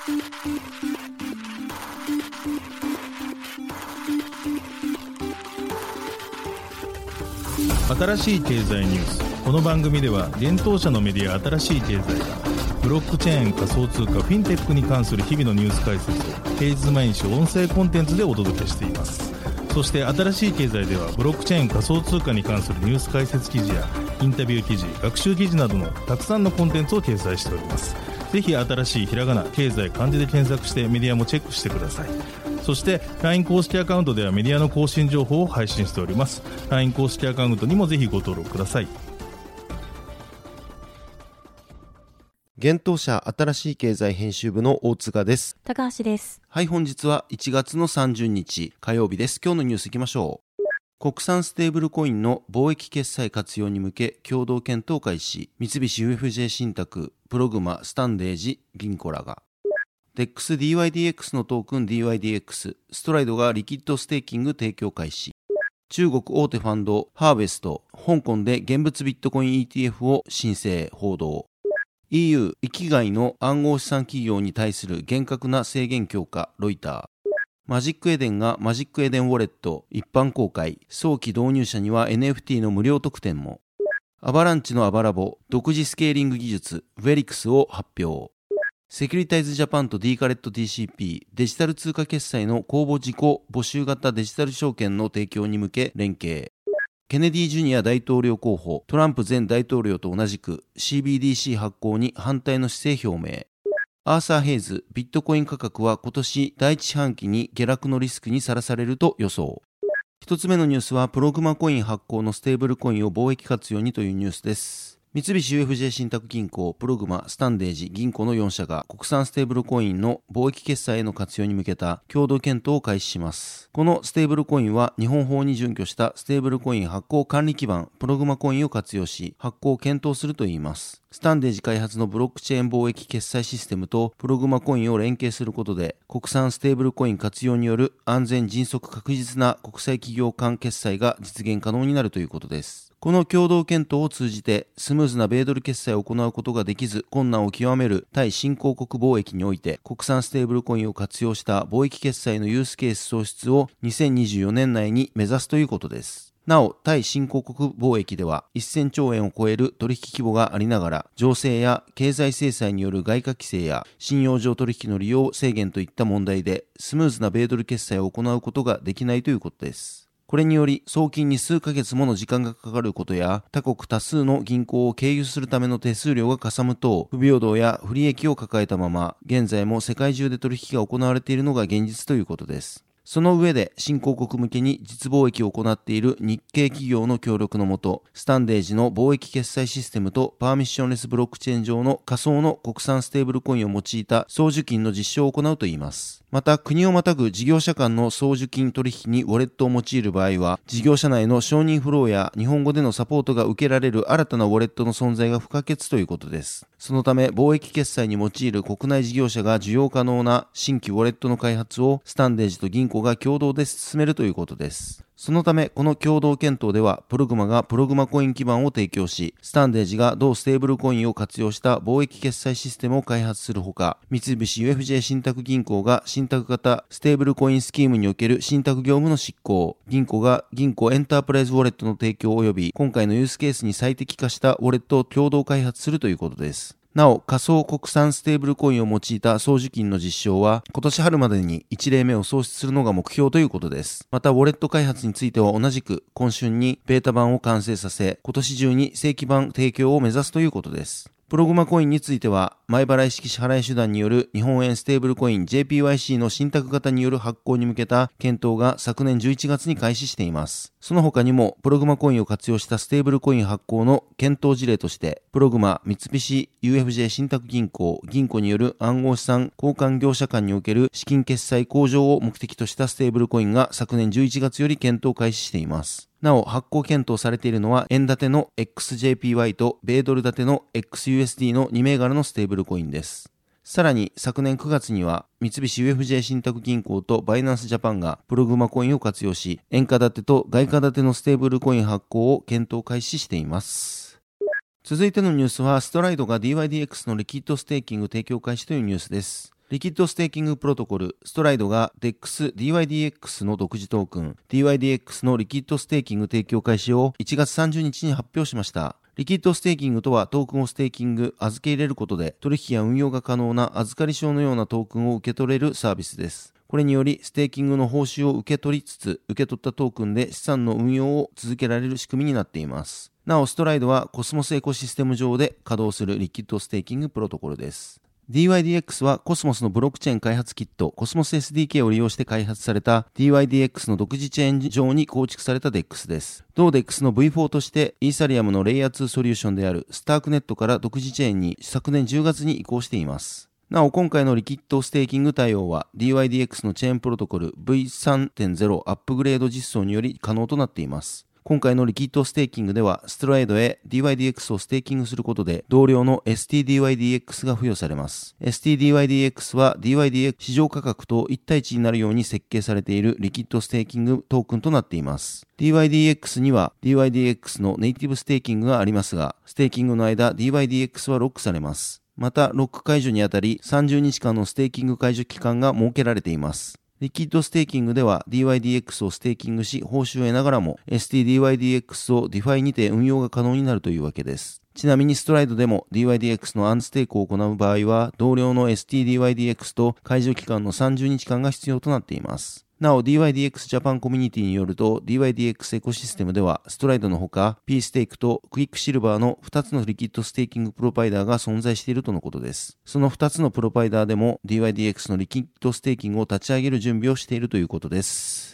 新しい経済ニュース。この番組では現当社のメディア新しい経済がブロックチェーン、仮想通貨、フィンテックに関する日々のニュース解説を平日毎日音声コンテンツでお届けしています。そして新しい経済ではブロックチェーン、仮想通貨に関するニュース解説記事やインタビュー記事、学習記事などのたくさんのコンテンツを掲載しております。ぜひ新しいひらがな、経済、漢字で検索してメディアもチェックしてください。そして LINE 公式アカウントではメディアの更新情報を配信しております。 LINE 公式アカウントにもぜひご登録ください。 現当社新しい経済編集部の大塚です。 高橋です。 はい、本日は1月の30日火曜日です。今日のニュースいきましょう。国産ステーブルコインの貿易決済活用に向け共同検討開始。三菱 UFJ 信託、プログマ、スタンデージ、銀行らが。DEX-DYDX のトークン DYDX、ストライドがリキッドステーキング提供開始。中国大手ファンドハーベスト、香港で現物ビットコイン ETF を申請報道。EU 域外の暗号資産企業に対する厳格な制限強化、ロイター。マジックエデンがマジックエデンウォレット一般公開、早期導入者には NFT の無料特典も。アバランチのアバラボ、独自スケーリング技術、ウェリクスを発表。セキュリタイズジャパンと D カレット TCP、デジタル通貨決済の公募事項募集型デジタル証券の提供に向け連携。ケネディ・ジュニア大統領候補、トランプ前大統領と同じく CBDC 発行に反対の姿勢表明。アーサー・ヘイズ、ビットコイン価格は今年第一四半期に下落のリスクにさらされると予想。一つ目のニュースはプログマコイン発行のステーブルコインを貿易活用にというニュースです。三菱 UFJ 信託銀行、プログマ、スタンデージ、銀行の4社が国産ステーブルコインの貿易決済への活用に向けた共同検討を開始します。このステーブルコインは日本法に準拠したステーブルコイン発行管理基盤、プログマコインを活用し発行を検討するといいます。スタンデージ開発のブロックチェーン貿易決済システムとプログマコインを連携することで国産ステーブルコイン活用による安全迅速確実な国際企業間決済が実現可能になるということです。この共同検討を通じてスムーズな米ドル決済を行うことができず困難を極める対新興国貿易において国産ステーブルコインを活用した貿易決済のユースケース創出を2024年内に目指すということです。なお、対新興国貿易では1000兆円を超える取引規模がありながら、情勢や経済制裁による外貨規制や信用上取引の利用制限といった問題で、スムーズな米ドル決済を行うことができないということです。これにより、送金に数ヶ月もの時間がかかることや、他国多数の銀行を経由するための手数料がかさむ等、不平等や不利益を抱えたまま、現在も世界中で取引が行われているのが現実ということです。その上で新興国向けに実貿易を行っている日系企業の協力のもと、スタンデージの貿易決済システムとパーミッションレスブロックチェーン上の仮想の国産ステーブルコインを用いた送受金の実証を行うといいます。また、国をまたぐ事業者間の送受金取引にウォレットを用いる場合は、事業者内の承認フローや日本語でのサポートが受けられる新たなウォレットの存在が不可欠ということです。そのため、貿易決済に用いる国内事業者が需要可能な新規ウォレットの開発をスタンデージと銀行が共同で進めるということです。そのため、この共同検討では、プログマがプログマコイン基盤を提供し、スタンデージが同ステーブルコインを活用した貿易決済システムを開発するほか、三菱 UFJ 信託銀行が信託型ステーブルコインスキームにおける信託業務の執行、銀行が銀行エンタープライズウォレットの提供及び、今回のユースケースに最適化したウォレットを共同開発するということです。なお、仮想国産ステーブルコインを用いた送受金の実証は、今年春までに1例目を創出するのが目標ということです。また、ウォレット開発については同じく、今春にベータ版を完成させ、今年中に正規版提供を目指すということです。プログマコインについては、前払い式支払い手段による日本円ステーブルコイン JPYC の信託型による発行に向けた検討が昨年11月に開始しています。その他にも、プログマコインを活用したステーブルコイン発行の検討事例として、プログマ、三菱 UFJ 信託銀行による暗号資産交換業者間における資金決済向上を目的としたステーブルコインが昨年11月より検討開始しています。なお、発行検討されているのは、円建ての XJPY と米ドル建ての XUSD の2銘柄のステーブルコインです。さらに、昨年9月には、三菱 UFJ 信託銀行とバイナンスジャパンがプログマコインを活用し、円価建てと外貨建てのステーブルコイン発行を検討開始しています。続いてのニュースは、ストライドが DYDX のリキッドステーキング提供開始というニュースです。 リキッドステーキングプロトコル、ストライドが DEX-DYDX の独自トークン、DYDX のリキッドステーキング提供開始を1月30日に発表しました。リキッドステーキングとはトークンをステーキング、預け入れることで取引や運用が可能な預かり証のようなトークンを受け取れるサービスです。これによりステーキングの報酬を受け取りつつ、受け取ったトークンで資産の運用を続けられる仕組みになっています。なお、ストライドはコスモスエコシステム上で稼働するリキッドステーキングプロトコルです。DYDX はコスモスのブロックチェーン開発キット、コスモス SDK を利用して開発された DYDX の独自チェーン上に構築された DEX です。同 DEX の V4 としてイーサリアムのレイヤー2ソリューションであるスタークネットから独自チェーンに昨年10月に移行しています。なお、今回のリキッドステーキング対応は DYDX のチェーンプロトコル V3.0 アップグレード実装により可能となっています。今回のリキッドステーキングでは、ストライドへ DYDX をステーキングすることで、同量の STDYDX が付与されます。STDYDX は DYDX 市場価格と1対1になるように設計されているリキッドステーキングトークンとなっています。DYDX には DYDX のネイティブステーキングがありますが、ステーキングの間 DYDX はロックされます。また、ロック解除にあたり30日間のステーキング解除期間が設けられています。リキッドステーキングでは DYDX をステーキングし報酬を得ながらも STDYDX を DeFi にて運用が可能になるというわけです。ちなみにストライドでも DYDX のアンステークを行う場合は同量の STDYDX と解除期間の30日間が必要となっています。なお DYDX ジャパンコミュニティによると DYDX エコシステムではストライドのほか P ステークとクイックシルバーの2つのリキッドステーキングプロバイダーが存在しているとのことです。その2つのプロバイダーでも DYDX のリキッドステーキングを立ち上げる準備をしているということです。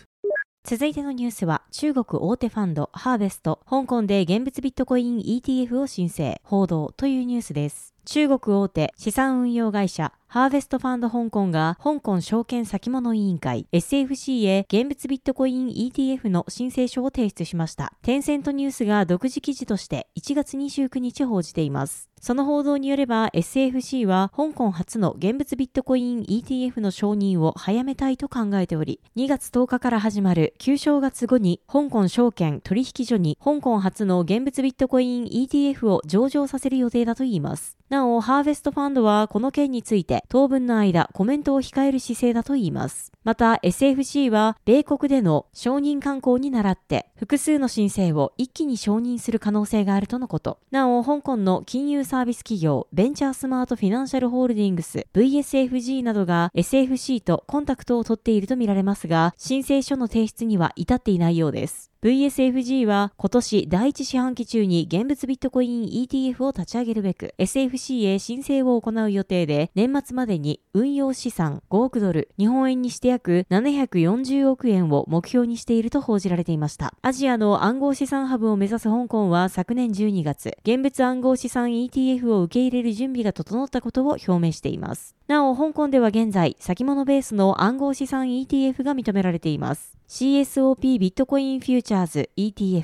続いてのニュースは中国大手ファンドハーベスト、香港で現物ビットコイン ETF を申請、報道というニュースです。中国大手資産運用会社ハーベストファンド香港が香港証券先物委員会 SFC へ現物ビットコイン ETF の申請書を提出しました。テンセントニュースが独自記事として1月29日報じています。その報道によれば SFC は香港初の現物ビットコイン ETF の承認を早めたいと考えており、2月10日から始まる旧正月後に香港証券取引所に香港初の現物ビットコイン ETF を上場させる予定だといいます。なお、ハーベストファンドはこの件について当分の間コメントを控える姿勢だといいます。また SFC は米国での承認慣行に倣って複数の申請を一気に承認する可能性があるとのこと。なお、香港の金融サービス企業ベンチャースマートフィナンシャルホールディングス VSFG などが SFC とコンタクトを取っているとみられますが、申請書の提出には至っていないようです。VSFG は今年第1四半期中に現物ビットコイン ETF を立ち上げるべく SFC へ申請を行う予定で、年末までに運用資産5億ドル、日本円にして約740億円を目標にしていると報じられていました。アジアの暗号資産ハブを目指す香港は昨年12月、現物暗号資産 ETF を受け入れる準備が整ったことを表明しています。なお、香港では現在、先物ベースの暗号資産 ETF が認められています。CSOP ビットコインフューチャーズ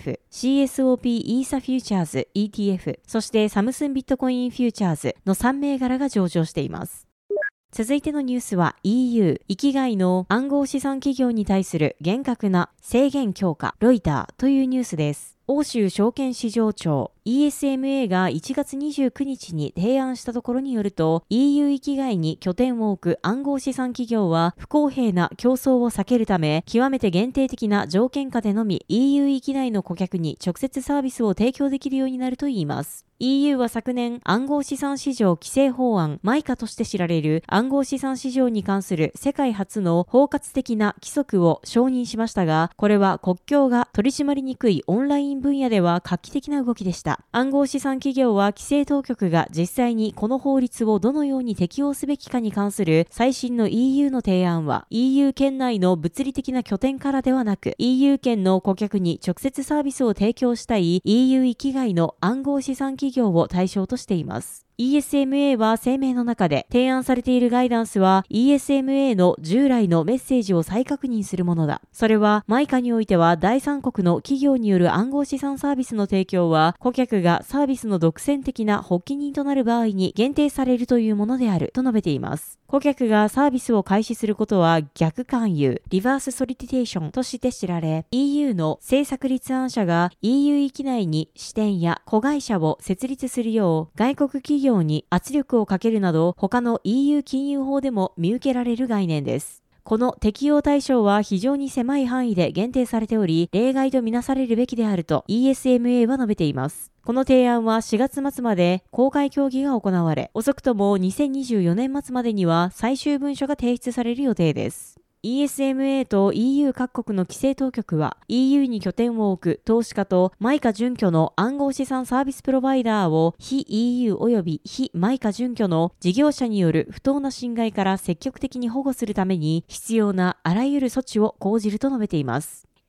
ETF、CSOP イーサフューチャーズ ETF、そしてサムスンビットコインフューチャーズの3銘柄が上場しています。続いてのニュースは EU、域外の暗号資産企業に対する厳格な制限強化、ロイターというニュースです。欧州証券市場庁 ESMA が1月29日に提案したところによると、 EU 域外に拠点を置く暗号資産企業は不公平な競争を避けるため、極めて限定的な条件下でのみ EU 域内の顧客に直接サービスを提供できるようになるといいます。EU は昨年、暗号資産市場規制法案マイカとして知られる暗号資産市場に関する世界初の包括的な規則を承認しましたが、これは国境が取り締まりにくいオンライン分野では画期的な動きでした。暗号資産企業は規制当局が実際にこの法律をどのように適用すべきかに関する最新の EU の提案は、 EU 圏内の物理的な拠点からではなく、 EU 圏の顧客に直接サービスを提供したい EU 域外の暗号資産企業を対象としています。ESMA は声明の中で、提案されているガイダンスは ESMA の従来のメッセージを再確認するものだ。それはマイカにおいては第三国の企業による暗号資産サービスの提供は顧客がサービスの独占的な発起人となる場合に限定されるというものであると述べています。顧客がサービスを開始することは逆勧誘、リバースソリティテーションとして知られ、 EU の政策立案者が EU 域内に支店や子会社を設立するよう外国企業業に圧力をかけるなど他の EU 金融法でも見受けられる概念です。この適用対象は非常に狭い範囲で限定されており、例外とみなされるべきであると ESMA は述べています。この提案は4月末まで公開協議が行われ、遅くとも2024年末までには最終文書が提出される予定です。ESMA と EU 各国の規制当局は EU に拠点を置く投資家とマイカ準拠の暗号資産サービスプロバイダーを非 EU 及び非マイカ準拠の事業者による不当な侵害から積極的に保護するために必要なあらゆる措置を講じると述べています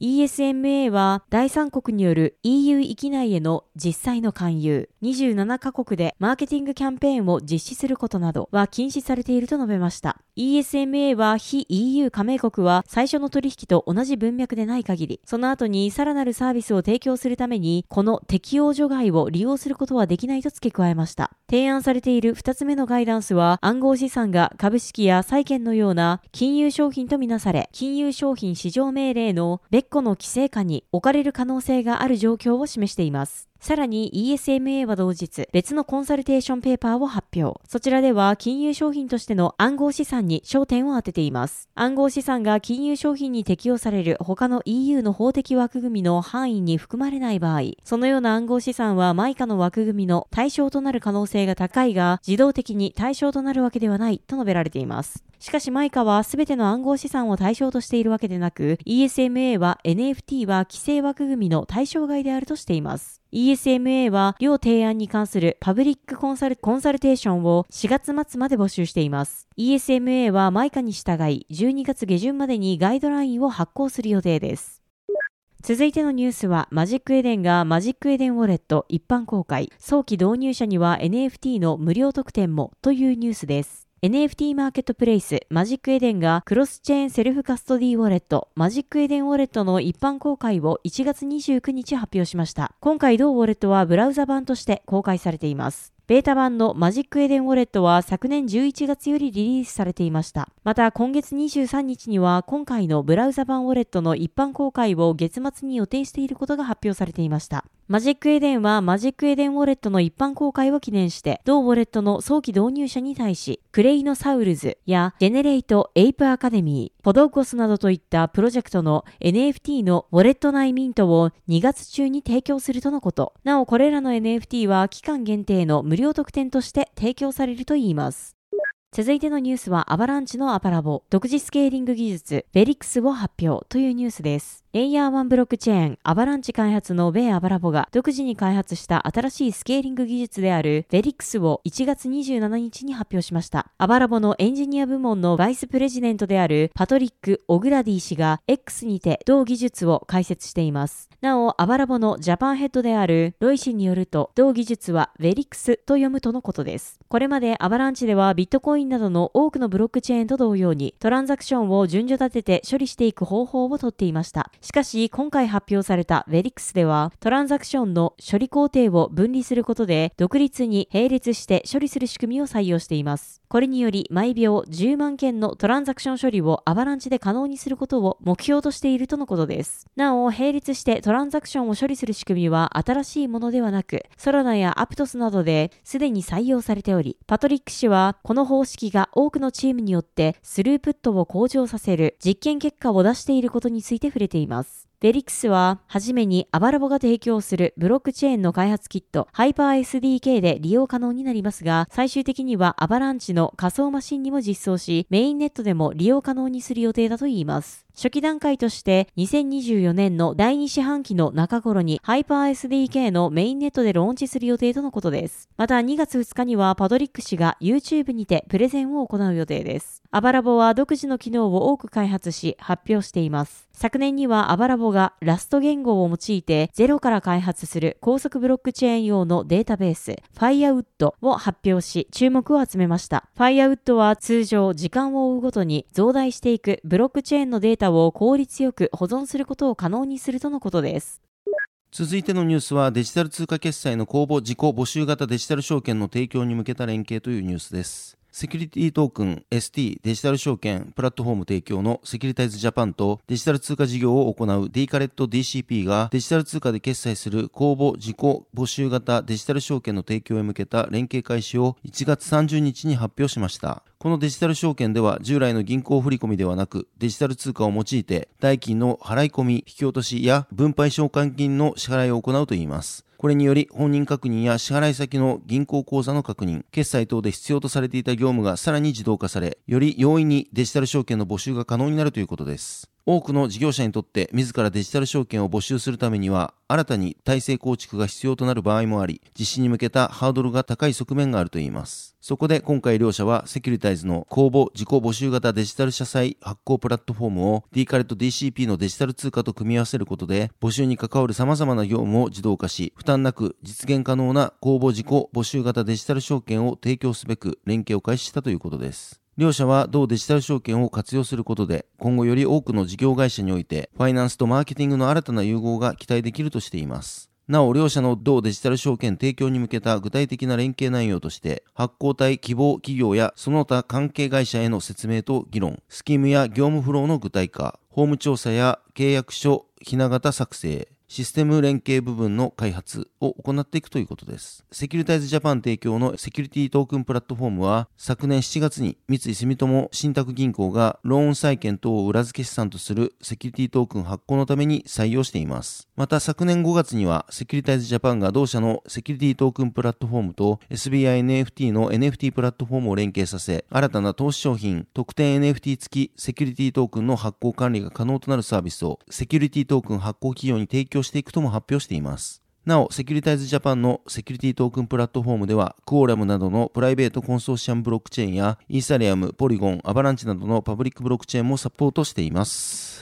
。ESMA は第三国による EU 域内への実際の勧誘、27カ国でマーケティングキャンペーンを実施することなどは禁止されていると述べました。ESMA は非 EU 加盟国は最初の取引と同じ文脈でない限り、その後にさらなるサービスを提供するためにこの適用除外を利用することはできないと付け加えました。提案されている2つ目のガイダンスは暗号資産が株式や債券のような金融商品とみなされ、金融商品市場命令の別個の規制下に置かれる可能性がある状況を示しています。さらに ESMA は同日別のコンサルテーションペーパーを発表。そちらでは金融商品としての暗号資産に焦点を当てています。暗号資産が金融商品に適用される他の EU の法的枠組みの範囲に含まれない場合、そのような暗号資産はマイカの枠組みの対象となる可能性が高いが、自動的に対象となるわけではないと述べられています。しかしマイカは全ての暗号資産を対象としているわけでなく、ESMA は NFT は規制枠組みの対象外であるとしています。ESMA は両提案に関するパブリックコンサルテーションを4月末まで募集しています。ESMA はマイカに従い12月下旬までにガイドラインを発行する予定です。続いてのニュースはマジックエデンがマジックエデンウォレット一般公開、早期導入者には NFT の無料特典もというニュースです。NFT マーケットプレイスマジックエデンがクロスチェーンセルフカストディウォレットマジックエデンウォレットの一般公開を1月29日発表しました。今回同ウォレットはブラウザ版として公開されています。ベータ版のマジックエデンウォレットは昨年11月よりリリースされていました。また今月23日には今回のブラウザ版ウォレットの一般公開を月末に予定していることが発表されていました。マジックエデンはマジックエデンウォレットの一般公開を記念して同ウォレットの早期導入者に対しクレイノサウルズやジェネレイトエイプアカデミー、ポドゴスなどといったプロジェクトの NFT のウォレット内ミントを2月中に提供するとのこと。なおこれらの NFT は期間限定の無料特典として提供されるといいます。続いてのニュースはアバランチのアパラボ独自スケーリング技術ベリックスを発表というニュースです。レイヤー1ブロックチェーンアバランチ開発の米アバラボが独自に開発した新しいスケーリング技術であるベリックスを1月27日に発表しました。アバラボのエンジニア部門のバイスプレジデントであるパトリック・オグラディ氏が X にて同技術を解説しています。なおアバラボのジャパンヘッドであるロイ氏によると同技術はベリックスと読むとのことです。これまでアバランチではビットコインなどの多くのブロックチェーンと同様にトランザクションを順序立てて処理していく方法をとっていました。しかし今回発表されたベリックスではトランザクションの処理工程を分離することで独立に並列して処理する仕組みを採用しています。これにより毎秒10万件のトランザクション処理をアバランチで可能にすることを目標としているとのことです。なお並列してトランザクションを処理する仕組みは新しいものではなくソラナやアプトスなどですでに採用されており、パトリック氏はこの方式が多くのチームによってスループットを向上させる実験結果を出していることについて触れています。ベリックスは、はじめにアバラボが提供するブロックチェーンの開発キット、ハイパー SDK で利用可能になりますが、最終的にはアバランチの仮想マシンにも実装し、メインネットでも利用可能にする予定だといいます。初期段階として2024年の第2四半期の中頃にハイパー SDK のメインネットでローンチする予定とのことです。また2月2日にはパトリック氏が YouTube にてプレゼンを行う予定です。アバラボは独自の機能を多く開発し発表しています。昨年にはアバラボがラスト言語を用いてゼロから開発する高速ブロックチェーン用のデータベース Firewood を発表し注目を集めました。Firewood は通常時間を追うごとに増大していくブロックチェーンのデータを効率よく保存することを可能にするとのことです。 続いてのニュースはデジタル通貨決済の公募自己募集型デジタル証券の提供に向けた連携というニュースです。 セキュリティトークン ST デジタル証券プラットフォーム提供のセキュリタイズジャパンとデジタル通貨事業を行う D カレット DCP がデジタル通貨で決済する公募自己募集型デジタル証券の提供へ向けた連携開始を1月30日に発表しました。このデジタル証券では従来の銀行振込ではなくデジタル通貨を用いて代金の払い込み、引き落としや分配償還金の支払いを行うといいます。これにより本人確認や支払い先の銀行口座の確認、決済等で必要とされていた業務がさらに自動化され、より容易にデジタル証券の募集が可能になるということです。多くの事業者にとって自らデジタル証券を募集するためには新たに体制構築が必要となる場合もあり、実施に向けたハードルが高い側面があるといいます。そこで今回両社はセキュリタイズの公募自己募集型デジタル社債発行プラットフォームを D カレット DCP のデジタル通貨と組み合わせることで募集に関わる様々な業務を自動化し、負担なく実現可能な公募自己募集型デジタル証券を提供すべく連携を開始したということです。両社は同デジタル証券を活用することで今後より多くの事業会社においてファイナンスとマーケティングの新たな融合が期待できるとしています。なお両社の同デジタル証券提供に向けた具体的な連携内容として発行体希望企業やその他関係会社への説明と議論、スキームや業務フローの具体化、法務調査や契約書ひな形作成、システム連携部分の開発を行っていくということです。セキュリタイズジャパン提供のセキュリティトークンプラットフォームは昨年7月に三井住友信託銀行がローン債券等を裏付け資産とするセキュリティトークン発行のために採用しています。また昨年5月にはセキュリタイズジャパンが同社のセキュリティトークンプラットフォームと SBI NFT の NFT プラットフォームを連携させ、新たな投資商品特典 NFT 付きセキュリティトークンの発行管理が可能となるサービスをセキュリティトークン発行企業に提供していくとも発表しています。なお、セキュリタイズジャパンのセキュリティトークンプラットフォームでは、クオーラムなどのプライベートコンソーシアムブロックチェーンや、イーサリアム、ポリゴン、アバランチなどのパブリックブロックチェーンもサポートしています。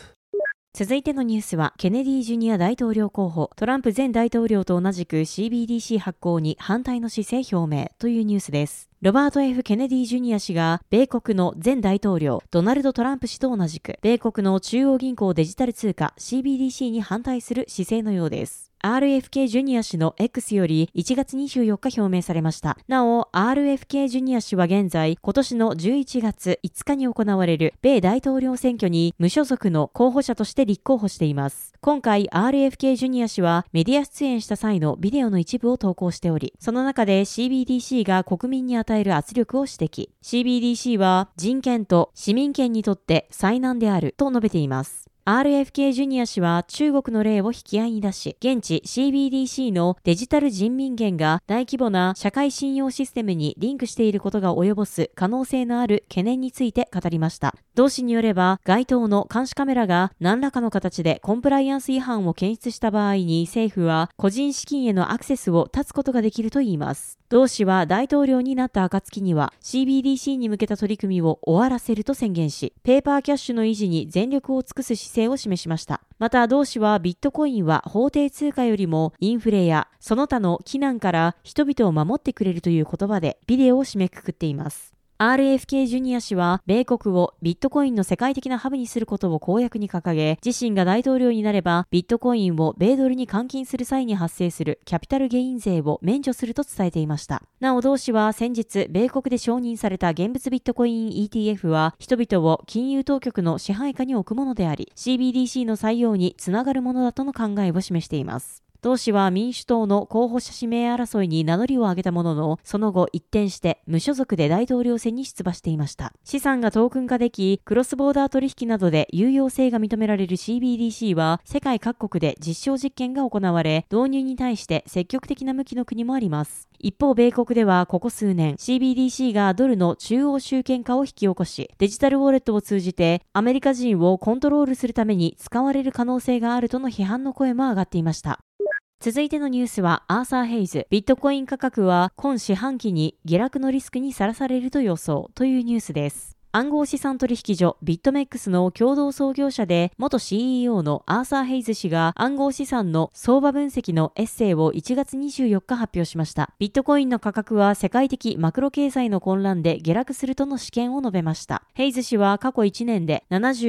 続いてのニュースは、ケネディ・ジュニア大統領候補、トランプ前大統領と同じく CBDC 発行に反対の姿勢表明というニュースです。ロバート・ F ・ケネディ・ジュニア氏が、米国の前大統領、ドナルド・トランプ氏と同じく、米国の中央銀行デジタル通貨 CBDC に反対する姿勢のようです。RFK ジュニア氏の X より1月24日表明されました。なお、RFK ジュニア氏は現在、今年の11月5日に行われる米大統領選挙に無所属の候補者として立候補しています。今回、RFK ジュニア氏はメディア出演した際のビデオの一部を投稿しており、その中で CBDC が国民に与える圧力を指摘。CBDC は人権と市民権にとって災難であると述べています。RFK ジュニア氏は中国の例を引き合いに出し、現地 CBDC のデジタル人民元が大規模な社会信用システムにリンクしていることが及ぼす可能性のある懸念について語りました。同氏によれば、該当の監視カメラが何らかの形でコンプライアンス違反を検出した場合に政府は個人資金へのアクセスを断つことができるといいます。同氏は大統領になった暁には CBDC に向けた取り組みを終わらせると宣言し、ペーパーキャッシュの維持に全力を尽くす姿勢を示しました。また同氏はビットコインは法定通貨よりもインフレやその他の危難から人々を守ってくれるという言葉でビデオを締めくくっています。RFK ジュニア氏は米国をビットコインの世界的なハブにすることを公約に掲げ、自身が大統領になればビットコインを米ドルに換金する際に発生するキャピタルゲイン税を免除すると伝えていました。なお同氏は先日米国で承認された現物ビットコイン ETF は人々を金融当局の支配下に置くものであり、CBDC の採用につながるものだとの考えを示しています。同氏は民主党の候補者指名争いに名乗りを上げたものの、その後一転して無所属で大統領選に出馬していました。資産がトークン化でき、クロスボーダー取引などで有用性が認められる CBDC は世界各国で実証実験が行われ、導入に対して積極的な向きの国もあります。一方、米国ではここ数年 CBDC がドルの中央集権化を引き起こし、デジタルウォレットを通じてアメリカ人をコントロールするために使われる可能性があるとの批判の声も上がっていました。続いてのニュースはアーサー・ヘイズ、ビットコイン価格は今四半期に下落のリスクにさらされると予想というニュースです。 暗号資産取引所ビットメックスの共同創業者で元 CEO のアーサー・ヘイズ氏が暗号資産の相場分析のエッセイを1月24日発表しました。ビットコインの価格は世界的マクロ経済の混乱で下落するとの試験を述べました。ヘイズ氏は過去1年で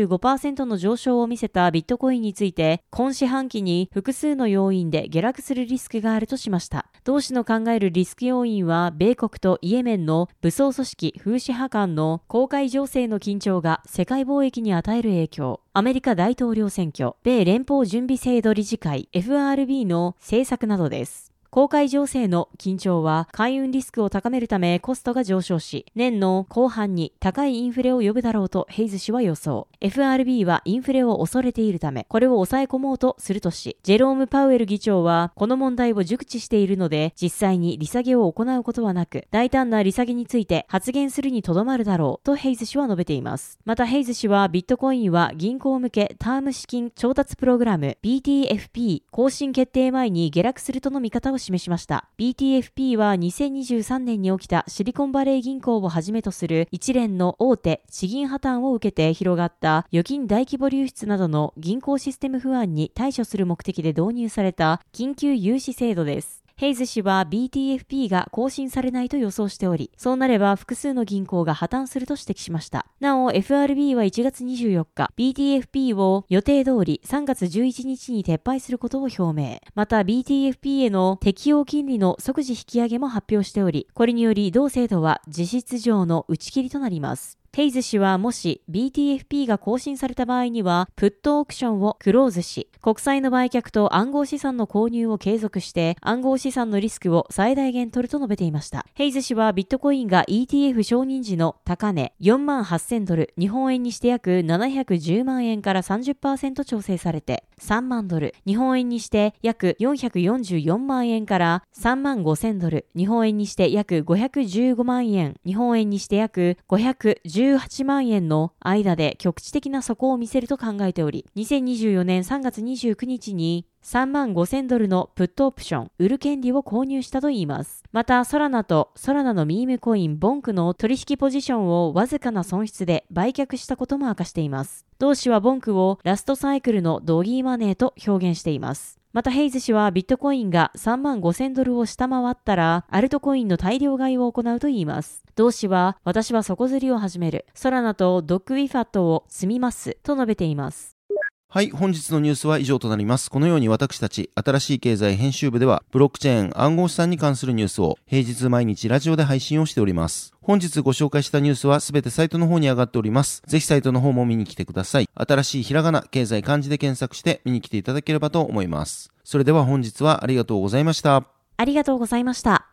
75% の上昇を見せたビットコインについて、今四半期に複数の要因で下落するリスクがあるとしました。同氏の考えるリスク要因は、米国とイエメンの武装組織フーシ派間の公開情勢の緊張が世界貿易に与える影響、アメリカ大統領選挙、米連邦準備制度理事会 FRB の政策などです。公開情勢の緊張は海運リスクを高めるためコストが上昇し、年の後半に高いインフレを呼ぶだろうとヘイズ氏は予想。FRB はインフレを恐れているため、これを抑え込もうとするとし、ジェローム・パウエル議長はこの問題を熟知しているので、実際に利下げを行うことはなく、大胆な利下げについて発言するにとどまるだろうとヘイズ氏は述べています。またヘイズ氏はビットコインは銀行向けターム資金調達プログラム BTFP 更新決定前に下落するとの見方を示しました。BTFP は2023年に起きたシリコンバレー銀行をはじめとする一連の大手地銀破綻を受けて広がった預金大規模流出などの銀行システム不安に対処する目的で導入された緊急融資制度です。ヘイズ氏は BTFP が更新されないと予想しており、そうなれば複数の銀行が破綻すると指摘しました。なお、FRB は1月24日、BTFP を予定通り3月11日に撤廃することを表明。また BTFP への適用金利の即時引き上げも発表しており、これにより同制度は実質上の打ち切りとなります。ヘイズ氏はもし BTFP が更新された場合には、プットオークションをクローズし、国債の売却と暗号資産の購入を継続して、暗号資産のリスクを最大限取ると述べていました。ヘイズ氏はビットコインが ETF 承認時の高値48,000ドル、日本円にして約710万円から 30% 調整されて、3万ドル、日本円にして約444万円から35,000ドル、日本円にして約515万円、日本円にして約518万円の間で局地的な底を見せると考えており、2024年3月29日に35,000ドルのプットオプション、売る権利を購入したといいます。また、ソラナとソラナのミームコインボンクの取引ポジションをわずかな損失で売却したことも明かしています。同氏はボンクをラストサイクルのドギーマネーと表現しています。またヘイズ氏はビットコインが35,000ドルを下回ったらアルトコインの大量買いを行うといいます。同氏は私は底釣りを始める。ソラナとドッグウィファットを積みますと述べています。 はい、本日のニュースは以上となります。このように私たち、新しい経済編集部では、ブロックチェーン、暗号資産に関するニュースを平日毎日ラジオで配信をしております。本日ご紹介したニュースはすべてサイトの方に上がっております。ぜひサイトの方も見に来てください。新しいひらがな、経済漢字で検索して見に来ていただければと思います。それでは本日はありがとうございました。 ありがとうございました。